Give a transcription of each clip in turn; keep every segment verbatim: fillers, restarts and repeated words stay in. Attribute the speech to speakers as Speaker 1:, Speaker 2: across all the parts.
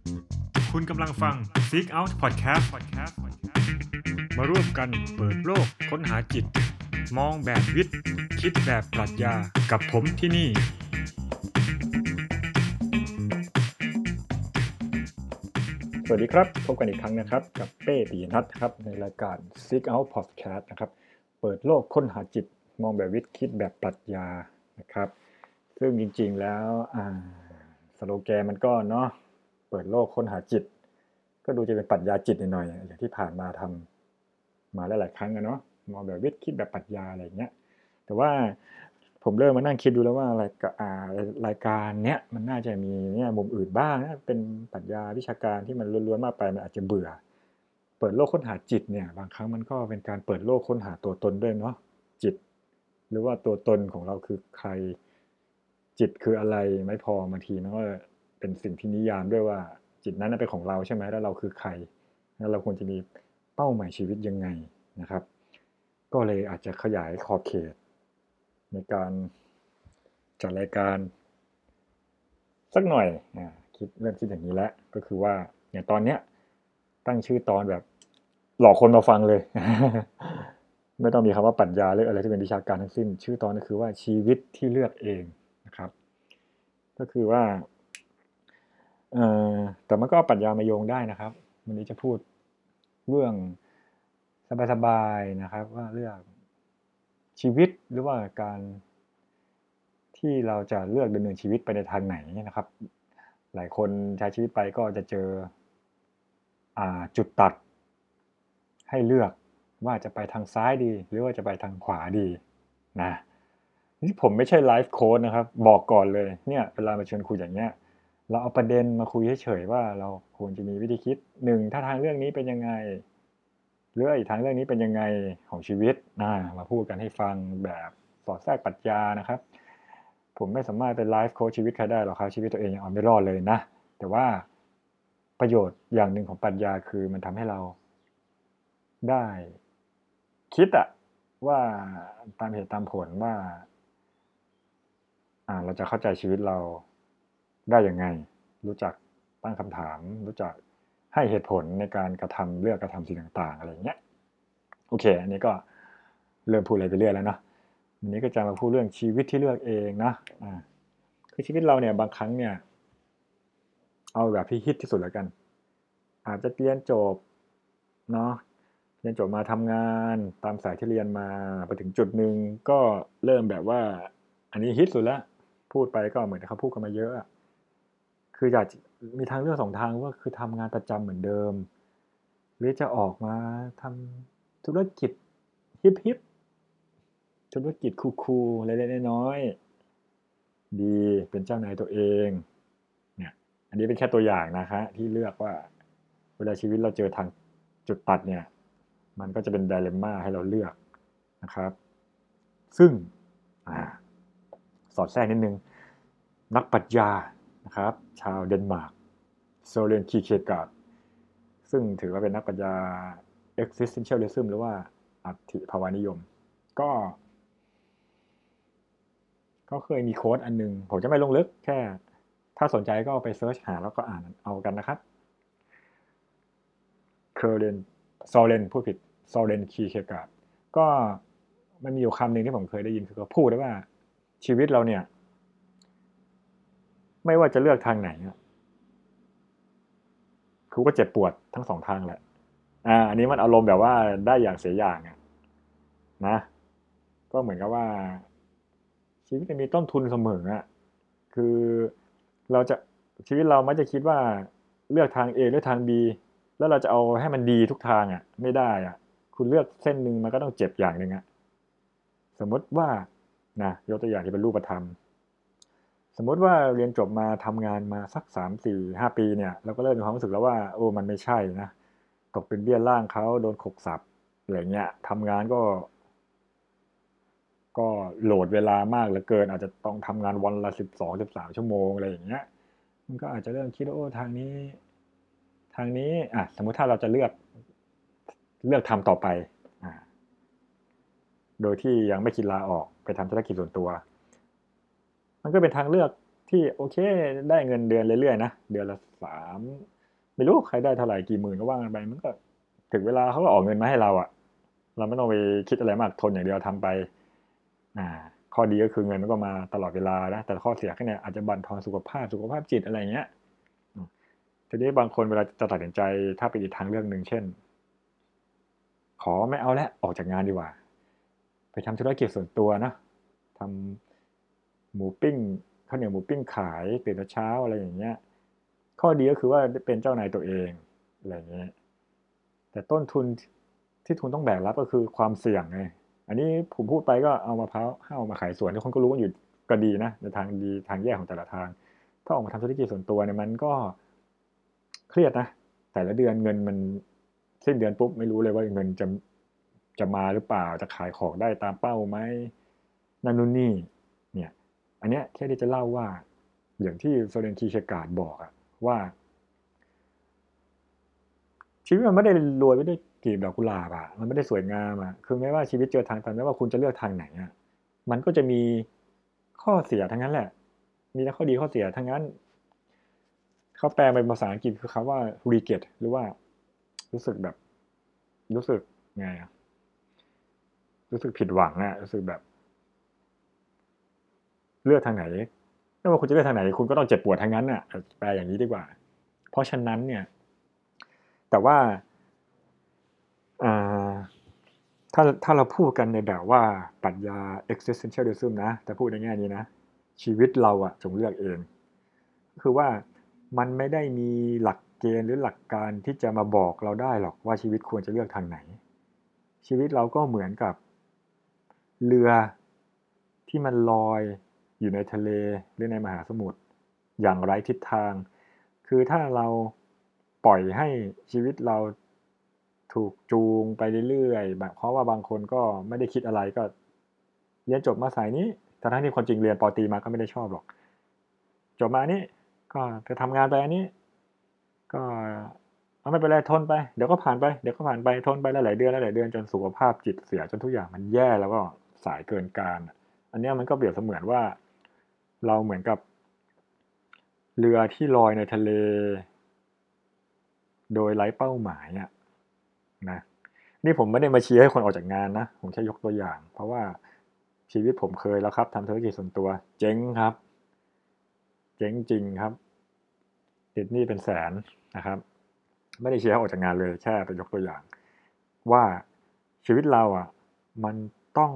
Speaker 1: คุณกำลังฟัง Seek Out Podcast มาร่วมกันเปิดโลกค้นหาจิตมองแบบวิทย์คิดแบบปรัชญากับผมที่นี่สวัสดีครับพบกันอีกครั้งนะครับกับเป้ปิยนัทครับในรายการ Seek Out Podcast นะครับเปิดโลกค้นหาจิตมองแบบวิทย์คิดแบบปรัชญานะครับซึ่งจริงๆแล้วอ่าสโลแกนมันก็เนาะเปิดโลกค้นหาจิตก็ดูจะเป็นปรัชญาจิตหน่อยๆอย่างที่ผ่านมาทำมาหลายๆครั้งอะเนาะมองแบบวิทย์คิดแบบปรัชญาอะไรอย่างเงี้ยแต่ว่าผมเริ่มมานั่งคิดดูแล้วว่ารายการอ่ารายการเนี้ยมันน่าจะมีเนี่ยมุมอื่นบ้างนะเป็นปรัชญาวิชาการที่มันล้วนๆมากไปมันอาจจะเบื่อเปิดโลกค้นหาจิตเนี่ยบางครั้งมันก็เป็นการเปิดโลกค้นหาตัวตนด้วยเนาะจิตหรือว่าตัวตนของเราคือใครจิตคืออะไรไม่พอบางทีมันก็เป็นสิ่งที่นิยามด้วยว่าจิตนั้นเป็นของเราใช่ไหมแล้วเราคือใครแล้วเราควรจะมีเป้าหมายชีวิตยังไงนะครับก็เลยอาจจะขยายขอบเขตในการจัดรายการสักหน่อยนะคิดเริ่มคิดอย่างนี้แล้วก็คือว่าอย่างตอนเนี้ยตั้งชื่อตอนแบบหลอกคนมาฟังเลย ไม่ต้องมีคำว่าปรัชญาหรืออะไรที่เป็นวิชาการทั้งสิ้นชื่อตอนก็คือว่าชีวิตที่เลือกเองนะครับก็คือว่าเอ่อแต่มันก็ปรัชญามาโยงได้นะครับวันนี้จะพูดเรื่องสบายๆนะครับว่าเรื่องชีวิตหรือว่าการที่เราจะเลือกดำเนินชีวิตไปในทางไหนนะครับหลายคนใช้ชีวิตไปก็จะเจออ่าจุดตัดให้เลือกว่าจะไปทางซ้ายดีหรือว่าจะไปทางขวาดีนะนี่ผมไม่ใช่ไลฟ์โค้ชนะครับบอกก่อนเลยเนี่ยเวลามาชวนคุยอย่างเงี้ยเราเอาประเด็นมาคุยเฉยๆว่าเราควรจะมีวิธีคิดหนึ่งถ้าทางเรื่องนี้เป็นยังไงหรืออีกทางเรื่องนี้เป็นยังไงของชีวิตนะมาพูดกันให้ฟังแบบสอดแทรกปรัชญานะครับผมไม่สามารถเป็นไลฟ์โค้ชชีวิตใครได้หรอกครับชีวิตตัวเองยังเอาไม่รอดเลยนะแต่ว่าประโยชน์อย่างหนึ่งของปรัชญาคือมันทำให้เราได้คิดอะว่าตามเหตุตามผลว่าอ่าเราจะเข้าใจชีวิตเราได้ยังไงรู้จักตั้งคำถามรู้จักให้เหตุผลในการกระทำเลือกกระทำสิ่งต่างๆอะไรอย่างเงี้ยโอเคอันนี้ก็เริ่มพูดอะไรไปเรื่อยแล้วเนาะวันนี้ก็จะมาพูดเรื่องชีวิตที่เลือกเองนะอ่าคือชีวิตเราเนี่ยบางครั้งเนี่ยเอาแบบที่ฮิตที่สุดแล้วกันอาจจะเรียนจบเนาะเรียนจบมาทำงานตามสายที่เรียนมาไปถึงจุดหนึ่งก็เริ่มแบบว่าอันนี้ฮิตสุดแล้วพูดไปก็เหมือนเขาพูดกันมาเยอะ คืออยากมีทางเลือกสองทางว่าคือทำงานประจำเหมือนเดิมหรือจะออกมาทำธุรกิจฮิปๆธุรกิจคูลๆเล็กๆน้อยๆดีเป็นเจ้านายตัวเองเนี่ยอันนี้เป็นแค่ตัวอย่างนะคะที่เลือกว่าเวลาชีวิตเราเจอทางจุดตัดเนี่ยมันก็จะเป็นไดเลมม่าให้เราเลือกนะครับซึ่งอ่าสอดแทรกนิดนึงนักปรัชญานะครับชาวเดนมาร์กโซเรนคีเคการ์ดซึ่งถือว่าเป็นนักปรัชญา existentialism หรือว่าอัตถิภาวานิยมก็ก็เคยมีโค้ดอันนึงผมจะไม่ลงลึกแค่ถ้าสนใจก็ไปเซิร์ชหาแล้วก็อ่านเอากันนะครับเคอร์เรนโซเรนพูดผิดโซเรนคีเคการ์ดก็มันมีอยู่คำหนึ่งที่ผมเคยได้ยินคือเขาพูดว่าชีวิตเราเนี่ยไม่ว่าจะเลือกทางไหนคือก็เจ็บปวดทั้งสองทางแหละอ่าอันนี้มันอารมณ์แบบว่าได้อย่างเสียอย่างอะนะก็เหมือนกับว่าชีวิตมันมีต้นทุนเสมออะคือเราจะชีวิตเรามักจะคิดว่าเลือกทาง A หรือทาง B แล้วเราจะเอาให้มันดีทุกทางอ่ะไม่ได้อ่ะคุณเลือกเส้นหนึ่งมันก็ต้องเจ็บอย่างหนึ่งอ่ะสมมติว่านะยกตัวอย่างที่เป็นรูปธรรมสมมติว่าเรียนจบมาทำงานมาสักสามสี่ห้าปีเนี่ยเราก็เริ่มมีความรู้สึกแล้วว่าโอ้มันไม่ใช่นะตกเป็นเบี้ยล่างเขาโดนขกสับอะไรเงี้ยทำงานก็ก็โหลดเวลามากเหลือเกินอาจจะต้องทำงานวันละสิบสองสิบสามชั่วโมงอะไรอย่างเงี้ยมันก็อาจจะเริ่มคิดว่าโอ้ทางนี้ทางนี้อ่ะสมมุติถ้าเราจะเลือกเลือกทำต่อไปอ่าโดยที่ยังไม่คิดลาออกไปทำธุรกิจส่วนตัวมันก็เป็นทางเลือกที่โอเคได้เงินเดือนเรื่อยๆนะเดือนละสามไม่รู้ใครได้เท่าไหร่กี่หมื่นก็ว่ากันไปมันก็ถึงเวลาเขาก็ออกเงินมาให้เราอะเราไม่ต้องไปคิดอะไรมากทนอย่างเดียวทำไปอ่าข้อดีก็คือเงินมันก็มาตลอดเวลานะแต่ข้อเสียก็เนี่ยอาจจะบั่นทอนสุขภาพสุขภาพจิตอะไรเงี้ยอืมทีนี้บางคนเวลาจะตัดสินใจถ้าเป็นอีกทางเรื่องหนึ่งเช่นขอไม่เอาแล้วออกจากงานดีกว่าไปทำธุรกิจส่วนตัวนะทำหมูปิ้งข้าวเหนียวหมูปิ้งขายตื่นแต่เช้าอะไรอย่างเงี้ยข้อดีก็คือว่าเป็นเจ้านายตัวเองอะไรอย่างเงี้ยแต่ต้นทุนที่ทุนต้องแบกรับก็คือความเสี่ยงไงอันนี้ผมพูดไปก็เอามะพร้าวห้าวมาขายสวนที่คนก็รู้กันอยู่ก็ดีนะในทางดีทางแย่ของแต่ละทางถ้าออกมาทำธุรกิจส่วนตัวเนี่ยมันก็เครียดนะแต่ละเดือนเงินมันสิ้นเดือนปุ๊บไม่รู้เลยว่าเงินจะจะมาหรือเปล่าจะขายของได้ตามเป้าไหมนั่นนู่นนี่เนี่ยอันเนี้ยแค่ที่จะเล่าว่าอย่างที่โซเรนคีเชการ์ดบอกอะว่าชีวิตมันไม่ได้โรยไปด้วยกลีบดอกกุหลาบอะมันไม่ได้สวยงามอะคือไม่ว่าชีวิตเจอทางตันไม่ว่าคุณจะเลือกทางไหนอะมันก็จะมีข้อเสียทั้งนั้นแหละมีทั้งข้อดีข้อเสียทั้งนั้นเขาแปลเป็นภาษาอังกฤษคือคำว่า regret หรือว่ารู้สึกแบบรู้สึกไงอะรู้สึกผิดหวังอะรู้สึกแบบเลือกทางไหนไม่ว่าคุณจะเลือกทางไหนคุณก็ต้องเจ็บปวดทางนั้นอะแปลอย่างนี้ดีกว่าเพราะฉะนั้นเนี่ยแต่ว่าอ่า ถ้าถ้าเราพูดกันในแบบว่าปรัชญา existentialism นะแต่พูดในแง่นี้นะชีวิตเราอะจงเลือกเองคือว่ามันไม่ได้มีหลักเกณฑ์หรือหลักการที่จะมาบอกเราได้หรอกว่าชีวิตควรจะเลือกทางไหนชีวิตเราก็เหมือนกับเรือที่มันลอยอยู่ในทะเลหรือในมหาสมุทรอย่างไร้ทิศทางคือถ้าเราปล่อยให้ชีวิตเราถูกจูงไปเรื่อยๆแบบเพราะว่าบางคนก็ไม่ได้คิดอะไรก็เรียนจบมาสายนี้แต่ทั้งที่คนจริงเรียนปอตรีมาก็ไม่ได้ชอบหรอกจบมานี้ก็จะทำงานไปอันนี้ก็เอาไม่เป็นไรทนไปเดี๋ยวก็ผ่านไปเดี๋ยวก็ผ่านไปทนไปหลายๆเดือนหลายๆเดือนจนสุขภาพจิตเสียจนทุกอย่างมันแย่แล้วก็สายเกินการอันนี้มันก็เปรียบเสมือนว่าเราเหมือนกับเรือที่ลอยในทะเลโดยไร้เป้าหมายอ่ะนะนี่ผมไม่ได้มาเชียร์ให้คนออกจากงานนะผมแค่ยกตัวอย่างเพราะว่าชีวิตผมเคยแล้วครับทำธุรกิจส่วนตัวเจ๊งครับเจ๊งจริงครับติดหนี้เป็นแสนนะครับไม่ได้เชียร์ให้ออกจากงานเลยแค่ไปยกตัวอย่างว่าชีวิตเราอ่ะมันต้อง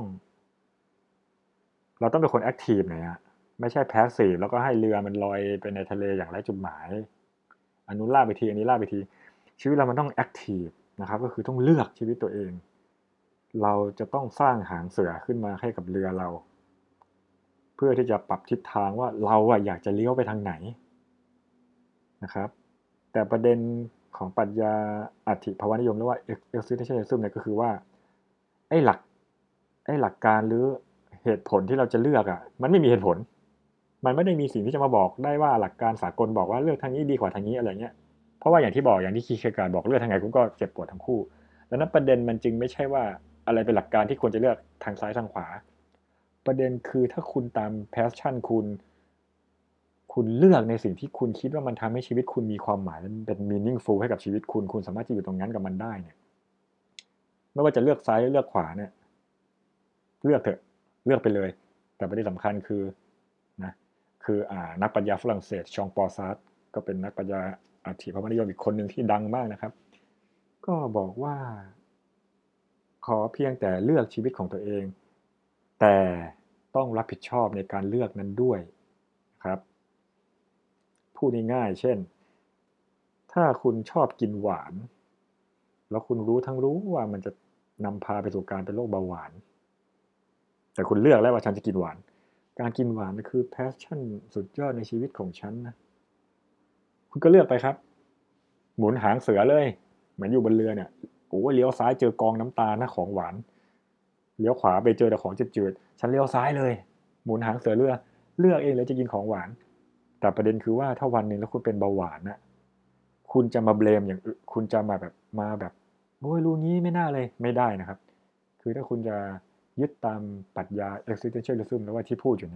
Speaker 1: เราต้องเป็นคนแอคทีฟหน่อยฮะไม่ใช่แพสซีฟแล้วก็ให้เรือมันลอยไปในทะเลอย่างไร้จุดหมายอันนู้นลากไปทีอันนี้ลากไปทีชีวิตเรามันต้องแอคทีฟนะครับก็คือต้องเลือกชีวิตตัวเองเราจะต้องสร้างหางเสือขึ้นมาให้กับเรือเราเพื่อที่จะปรับทิศทางว่าเราอะอยากจะเลี้ยวไปทางไหนนะครับแต่ประเด็นของปรัชญาอัตถิภาวนิยมหรือว่า existentialism เนี่ยก็คือว่าไอ้หลักไอ้หลักการหรือเหตุผลที่เราจะเลือกอะมันไม่มีเหตุผลมันไม่ได้มีสิ่งที่จะมาบอกได้ว่าหลักการสากลบอกว่าเลือกทางนี้ดีกว่าทางนี้อะไรเงี้ยเพราะว่าอย่างที่บอกอย่างที่คีร์เคการ์ดบอกเลือกทางไหนคุณก็เจ็บปวดทั้งคู่ดังนั้นประเด็นมันจึงไม่ใช่ว่าอะไรเป็นหลักการที่ควรจะเลือกทางซ้ายทางขวาประเด็นคือถ้าคุณตามแพชชั่นคุณคุณเลือกในสิ่งที่คุณคิดว่ามันทำให้ชีวิตคุณมีความหมายและเป็น meaningful ให้กับชีวิตคุณคุณสามารถจะอยู่ตรงนั้นกับมันได้เนี่ยไม่ว่าจะเลือกซ้ายหรือเลือกขวาเนี่ยเลือกเถอะเลือกไปเลยแต่ประเด็นสำคัญคือนะคืออ่านักปรัชญาฝรั่งเศสชองปอซาร์ตก็เป็นนักปรัชญาอัตถิภาวนิยมอีกคนหนึ่งที่ดังมากนะครับก็บอกว่าขอเพียงแต่เลือกชีวิตของตัวเองแต่ต้องรับผิดชอบในการเลือกนั้นด้วยครับพูดง่ายๆเช่นถ้าคุณชอบกินหวานแล้วคุณรู้ทั้งรู้ว่ามันจะนำพาไปสู่การเป็นโรคเบาหวานแต่คุณเลือกแล้วว่าฉันจะกินหวานการกินหวานมันคือ passion สุดยอดในชีวิตของฉันนะคุณก็เลือกไปครับหมุนหางเสือเลยเหมือนอยู่บนเรือเนี่ยโอ้ยเลี้ยวซ้ายเจอกองน้ำตาลนะของหวานเลี้ยวขวาไปเจอแต่ของจืดๆฉันเลี้ยวซ้ายเลยหมุนหางเสือเรือเลือกเองเลยจะกินของหวานแต่ประเด็นคือว่าถ้าวันหนึ่งแล้วคุณเป็นเบาหวานนะคุณจะมาเบลมอย่างคุณจะมาแบบมาแบบโอ้ยรู้งี้ไม่น่าเลยไม่ได้นะครับคือถ้าคุณจะยึดตามปรัชญา existentialism แล้วว่าที่พูดอยู่เนี่ย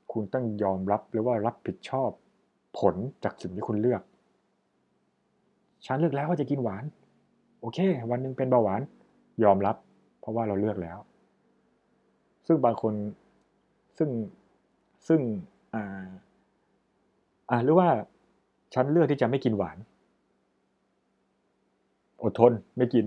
Speaker 1: คุณต้องยอมรับหรือว่ารับผิดชอบผลจากสิ่งที่คุณเลือกฉันเลือกแล้วว่าจะกินหวานโอเควันหนึ่งเป็นเบาหวานยอมรับเพราะว่าเราเลือกแล้วซึ่งบางคนซึ่งซึ่งอ่าอ่าหรือว่าฉันเลือกที่จะไม่กินหวานอดทนไม่กิน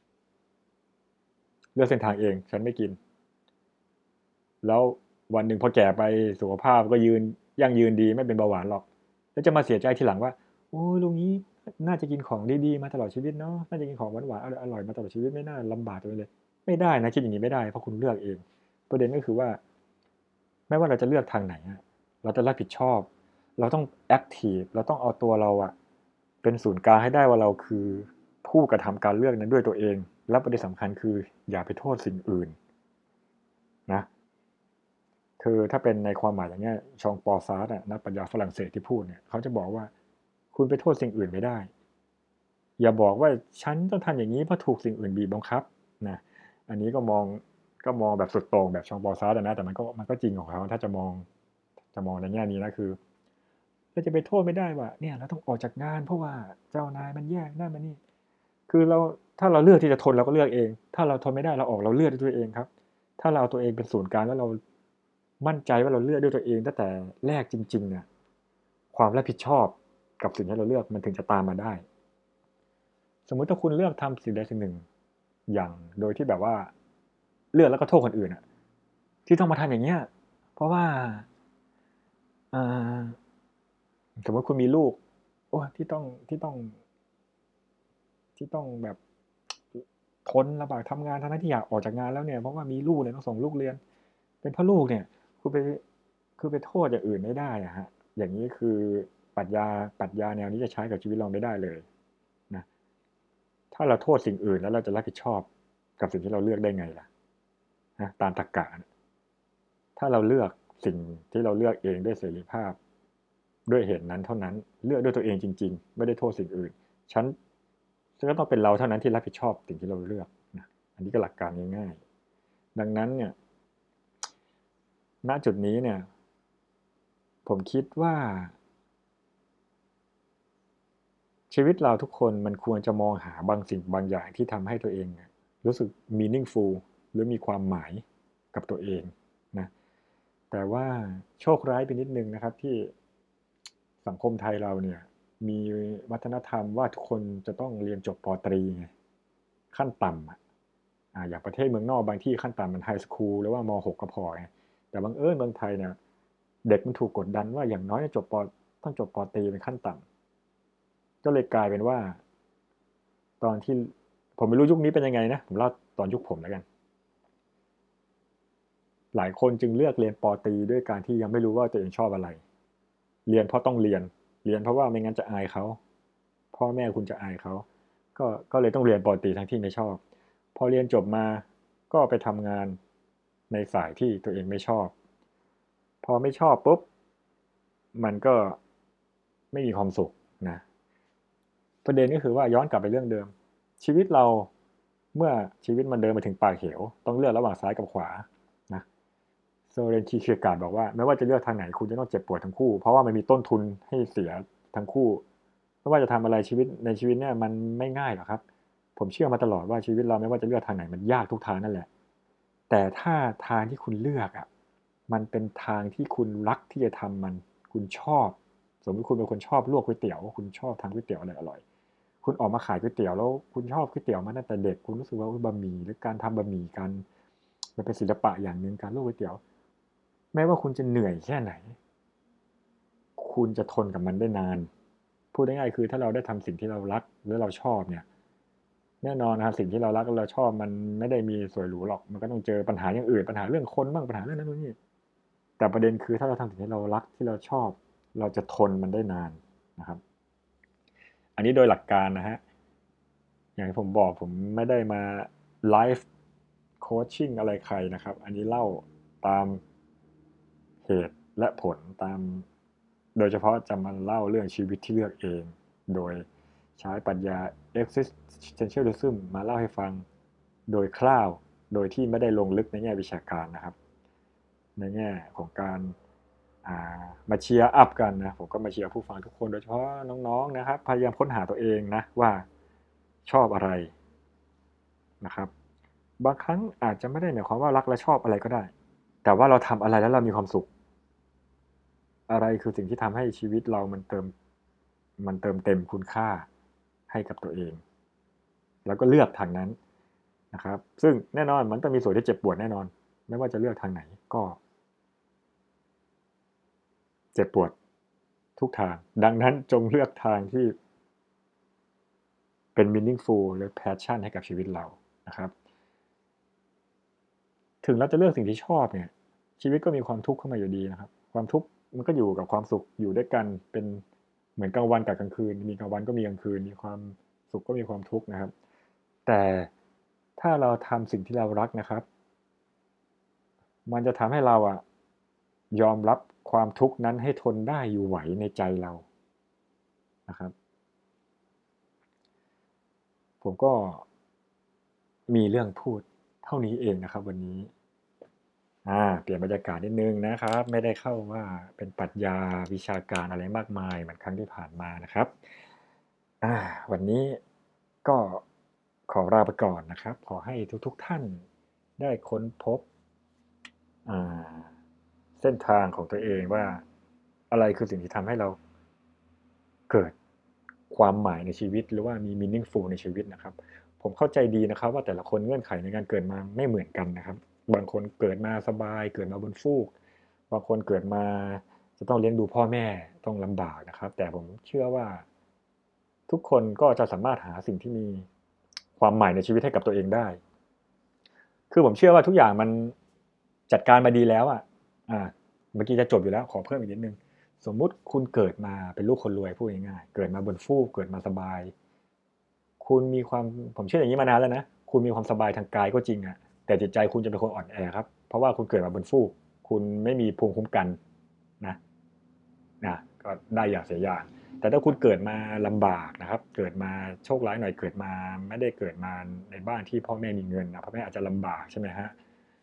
Speaker 1: เลือกเส้นทางเองฉันไม่กินแล้ววันหนึ่งพอแก่ไปสุขภาพก็ยืนยั่งยืนดีไม่เป็นเบาหวานหรอกแล้วจะมาเสียใจทีหลังว่าโอ้ลุงนี้น่าจะกินของดีๆมาตลอดชีวิตเนาะน่าจะกินของหวานๆอร่อยๆมาตลอดชีวิตไม่น่าลำบากตัวเลยไม่ได้นะคิดอย่างนี้ไม่ได้เพราะคุณเลือกเองประเด็นก็คือว่าไม่ว่าเราจะเลือกทางไหนเราจะรับผิดชอบเราต้องแอคทีฟเราต้องเอาตัวเราอะเป็นศูนย์กลางให้ได้ว่าเราคือผู้กระทำการเลือกนั้นด้วยตัวเองและประเด็นสำคัญคืออย่าไปโทษสิ่งอื่นนะคือถ้าเป็นในความหมายอย่างเงี้ยชองปอซาร์ตนักปรัชญาฝรั่งเศสที่พูดเนี่ยเขาจะบอกว่าคุณไปโทษสิ่งอื่นไม่ได้อย่าบอกว่าฉันต้องทำอย่างนี้เพราะถูกสิ่งอื่นบีบบังคับนะอันนี้ก็มองก็มองแบบสุดโต่งแบบชองปอซาร์ตนะแต่มันก็มันก็จริงของเขาถ้าจะมองจะมองในแง่นี้นะคือเราจะไปโทษไม่ได้ว่าเนี่ยเราต้องออกจากงานเพราะว่าเจ้านายมันแย่งนั่นมันนี่คือเราถ้าเราเลือกที่จะทนเราก็เลือกเองถ้าเราทนไม่ได้เราออกเราเลือกด้วยตัวเองครับถ้าเราเอาตัวเองเป็นศูนย์กลางแล้วเรามั่นใจว่าเราเลือกด้วยตัวเองตั้งแต่แรกจริงๆเนี่ยความรับผิดชอบกับสิ่งที่เราเลือกมันถึงจะตามมาได้สมมุติถ้าคุณเลือกทำสิ่งใดสิ่งหนึ่งอย่างโดยที่แบบว่าเลือกแล้วก็โทษคนอื่นอะที่ต้องมาทำอย่างเงี้ยเพราะว่าอ่า สมมติคุณมีลูกโอ้ที่ต้องที่ต้องที่ต้องแบบทนลำบากทำงานทั้งที่อยากออกจากงานแล้วเนี่ยเพราะว่ามีลูกเนี่ยต้องส่งลูกเรียนเป็นเพราะลูกเนี่ยคุณไปคือไปโทษอย่างอื่นไม่ได้อะฮะอย่างนี้คือปรัชญาปรัชญาแนวนี้จะใช้กับชีวิตเราไม่ได้เลยนะถ้าเราโทษสิ่งอื่นแล้วเราจะรับผิดชอบกับสิ่งที่เราเลือกได้ไงล่ะนะตามตรรกะถ้าเราเลือกสิ่งที่เราเลือกเองด้วยเสรีภาพ ด้วยเหตุนั้นเท่านั้นเลือกด้วยตัวเองจริงๆไม่ได้โทษสิ่งอื่นฉันฉันก็ต้องเป็นเราเท่านั้นที่รับผิดชอบสิ่งที่เราเลือกนะอันนี้ก็หลักการง่ายๆดังนั้นเนี่ยณจุดนี้เนี่ยผมคิดว่าชีวิตเราทุกคนมันควรจะมองหาบางสิ่งบางอย่างที่ทำให้ตัวเองรู้สึก meaningful หรือมีความหมายกับตัวเองนะแต่ว่าโชคร้ายไปนิดนึงนะครับที่สังคมไทยเราเนี่ยมีวัฒนธรรมว่าทุกคนจะต้องเรียนจบปตรีไงขั้นต่ำอ่ะอ่าอย่างประเทศเมืองนอกบางที่ขั้นต่ำมันไฮสคูลหรือว่ามหกก็พอไงแต่บางเอิญเมืองไทยเนี่ยเด็กมันถูกกดดันว่าอย่างน้อยจบปต้องจบปตรีเป็นขั้นต่ำก็เลยกลายเป็นว่าตอนที่ผมไม่รู้ยุคนี้เป็นยังไงนะผมเล่าตอนยุคผมแล้วกันหลายคนจึงเลือกเรียนปตรีด้วยการที่ยังไม่รู้ว่าตัวเองชอบอะไรเรียนเพราะต้องเรียนเรียนเพราะว่าไม่งั้นจะอายเขาพ่อแม่คุณจะอายเขาก็ก็เลยต้องเรียนปตรีทั้งที่ไม่ชอบพอเรียนจบมาก็ไปทำงานในสายที่ตัวเองไม่ชอบพอไม่ชอบปุ๊บมันก็ไม่มีความสุขนะประเด็นก็คือว่าย้อนกลับไปเรื่องเดิมชีวิตเราเมื่อชีวิตมันเดินมาถึงปากเหวต้องเลือกระหว่างซ้ายกับขวานะโซเรนคีเคียร์การ์ดบอกว่าไม่ว่าจะเลือกทางไหนคุณจะต้องเจ็บปวดทั้งคู่เพราะว่ามันมีต้นทุนให้เสียทั้งคู่ไม่ว่าจะทำอะไรชีวิตในชีวิตเนี่ยมันไม่ง่ายหรอกครับผมเชื่อมาตลอดว่าชีวิตเราไม่ว่าจะเลือกทางไหนมันยากทุกทางนั่นแหละแต่ถ้าทางที่คุณเลือกอ่ะมันเป็นทางที่คุณรักที่จะทำมันคุณชอบสมมติคุณเป็นคนชอบลวกก๋วยเตี๋ยวคุณชอบทำก๋วยเตี๋ยวอร่อยๆคุณออกมาขายก๋วยเตี๋ยวแล้วคุณชอบก๋วยเตี๋ยวมาตั้งแต่เด็กคุณรู้สึกว่าบะหมี่หรือการทำบะหมี่การมันเป็นศิลปะอย่างหนึ่งการลวกก๋วยเตี๋ยวแม้ว่าคุณจะเหนื่อยแค่ไหนคุณจะทนกับมันได้นานพูดง่ายๆคือถ้าเราได้ทำสิ่งที่เรารักหรือเราชอบเนี่ยแน่นอนนะครับสิ่งที่เรารักและเราชอบมันไม่ได้มีสวยหรูหรอกมันก็ต้องเจอปัญหาอย่างอื่นปัญหาเรื่องคนบ้างปัญหาเรื่องนั้นเรื่องนี้แต่ประเด็นคือถ้าเราทำสิ่งที่เรารักที่เราชอบเราจะทนมันได้นานนะครับอันนี้โดยหลักการนะฮะอย่างที่ผมบอกผมไม่ได้มาไลฟ์โคชชิ่งอะไรใครนะครับอันนี้เล่าตามเหตุและผลตามโดยเฉพาะจะมาเล่าเรื่องชีวิตที่เลือกเองโดยใช้ปรัชญา existentialism มาเล่าให้ฟังโดยคร่าวโดยที่ไม่ได้ลงลึกในแง่วิชาการนะครับในแง่ของการอ่ามาเชียร์อัพกันนะผมก็มาเชียร์ผู้ฟังทุกคนโดยเฉพาะน้องๆนะครับพยายามค้นหาตัวเองนะว่าชอบอะไรนะครับบางครั้งอาจจะไม่ได้หมายความว่ารักและชอบอะไรก็ได้แต่ว่าเราทำอะไรแล้วเรามีความสุขอะไรคือสิ่งที่ทำให้ชีวิตเรามันเติมมันเติมเต็มคุณค่าให้กับตัวเองแล้วก็เลือกทางนั้นนะครับซึ่งแน่นอนมันต้องมีส่วนที่เจ็บปวดแน่นอนไม่ว่าจะเลือกทางไหนก็เจ็บปวดทุกทางดังนั้นจงเลือกทางที่เป็น meaningful หรือ passion ให้กับชีวิตเรานะครับถึงเราจะเลือกสิ่งที่ชอบเนี่ยชีวิตก็มีความทุกข์เข้ามาอยู่ดีนะครับความทุกข์มันก็อยู่กับความสุขอยู่ด้วยกันเป็นเหมือนกลางวันกับกลางคืนมีกลางวันก็มีกลางคืนมีความสุขก็มีความทุกข์นะครับแต่ถ้าเราทำสิ่งที่เรารักนะครับมันจะทำให้เราอะยอมรับความทุกข์นั้นให้ทนได้อยู่ไหวในใจเรานะครับผมก็มีเรื่องพูดเท่านี้เองนะครับวันนี้อ่าเปลี่ยนบรรยากาศนิดนึงนะครับไม่ได้เข้าว่าเป็นปรัชญาวิชาการอะไรมากมายเหมือนครั้งที่ผ่านมานะครับอ่าวันนี้ก็ขอลาไปก่อนนะครับขอให้ทุกๆท่านได้ค้นพบอ่าเส้นทางของตัวเองว่าอะไรคือสิ่งที่ทำให้เราเกิดความหมายในชีวิตหรือว่ามี meaningful ในชีวิตนะครับผมเข้าใจดีนะครับว่าแต่ละคนเงื่อนไขในการเกิดมาไม่เหมือนกันนะครับบางคนเกิดมาสบายเกิดมาบนฟูกบางคนเกิดมาจะต้องเลี้ยงดูพ่อแม่ต้องลำบากนะครับแต่ผมเชื่อว่าทุกคนก็จะสามารถหาสิ่งที่มีความหมายในชีวิตให้กับตัวเองได้คือผมเชื่อว่าทุกอย่างมันจัดการมาดีแล้วอ่ะอ่าเมื่อกี้จะจบอยู่แล้วขอเพิ่มอีกนิดนึงสมมุติคุณเกิดมาเป็นลูกคนรวยพูดง่ายๆเกิดมาบนฟูกเกิดมาสบายคุณมีความผมเชื่ออย่างนี้มานานแล้วนะคุณมีความสบายทางกายก็จริงอ่ะแต่จิตใจคุณจะเป็นคนอ่อนแอครับเพราะว่าคุณเกิดมาบนฟูกคุณไม่มีภูมิคุ้มกันนะนะก็ได้อย่างเสียอย่างแต่ถ้าคุณเกิดมาลำบากนะครับเกิดมาโชคร้ายหน่อยเกิดมาไม่ได้เกิดมาในบ้านที่พ่อแม่มีเงินนะพ่อแม่อาจจะลำบากใช่ไหมฮะ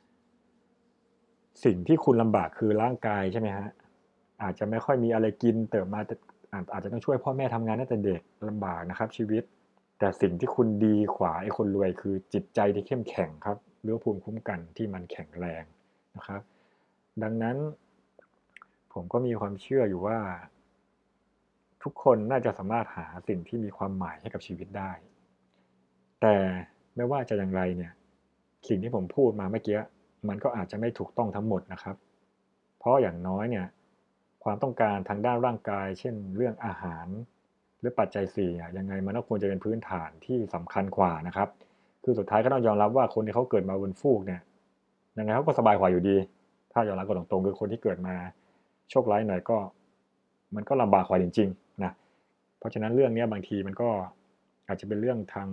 Speaker 1: สิ่งที่คุณลำบากคือร่างกายใช่ไหมฮะอาจจะไม่ค่อยมีอะไรกินเติบมาอาจอาจจะต้องช่วยพ่อแม่ทำงานตั้งแต่เด็กลำบากนะครับชีวิตแต่สิ่งที่คุณดีกว่าไอ้คนรวยคือจิตใจที่เข้มแข็งครับหรือภูมิคุ้มกันที่มันแข็งแรงนะครับดังนั้นผมก็มีความเชื่ออยู่ว่าทุกคนน่าจะสามารถหาสิ่งที่มีความหมายให้กับชีวิตได้แต่ไม่ว่าจะอย่างไรเนี่ยสิ่งที่ผมพูดมาเมื่อกี้มันก็อาจจะไม่ถูกต้องทั้งหมดนะครับเพราะอย่างน้อยเนี่ยความต้องการทางด้านร่างกายเช่นเรื่องอาหารหรือปัจจัยสี่อะยังไงมันก็ควรจะเป็นพื้นฐานที่สำคัญกว่านะครับคือสุดท้ายก็ต้องยอมรับว่าคนที่เขาเกิดมาบนฟูกเนี่ยยังไงเขาก็สบายกว่าอยู่ดีถ้ายอมรับกันตรงๆคือคนที่เกิดมาโชคร้ายหน่อยก็มันก็ลำบากกว่าจริงๆนะเพราะฉะนั้นเรื่องนี้บางทีมันก็อาจจะเป็นเรื่องทาง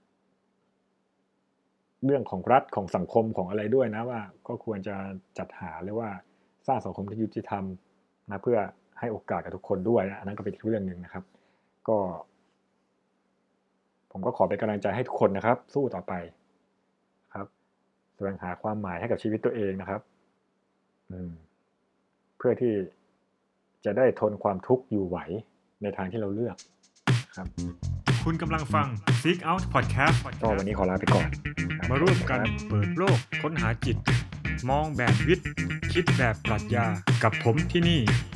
Speaker 1: เรื่องของรัฐของสังคมของอะไรด้วยนะว่าก็ควรจะจัดหาหรือว่าสร้างสังคมที่ยุติธรรมนะเพื่อให้โอกาสกับทุกคนด้วยนะอันนั้นก็เป็นอีกเรื่องนึงนะครับก็ผมก็ขอเป็นกำลังใจให้ทุกคนนะครับสู้ต่อไปครับแสวงหาความหมายให้กับชีวิตตัวเองนะครับอืมเพื่อที่จะได้ทนความทุกข์อยู่ไหวในทางที่เราเลือกครับ
Speaker 2: คุณกำลังฟัง Seek Out Podcast
Speaker 1: ก็วันนี้ขอลาไปก่อน
Speaker 2: มาร่วมกันเปิดโลกค้นหาจิตมองแบบวิทย์คิดแบบปรัชญากับผมที่นี่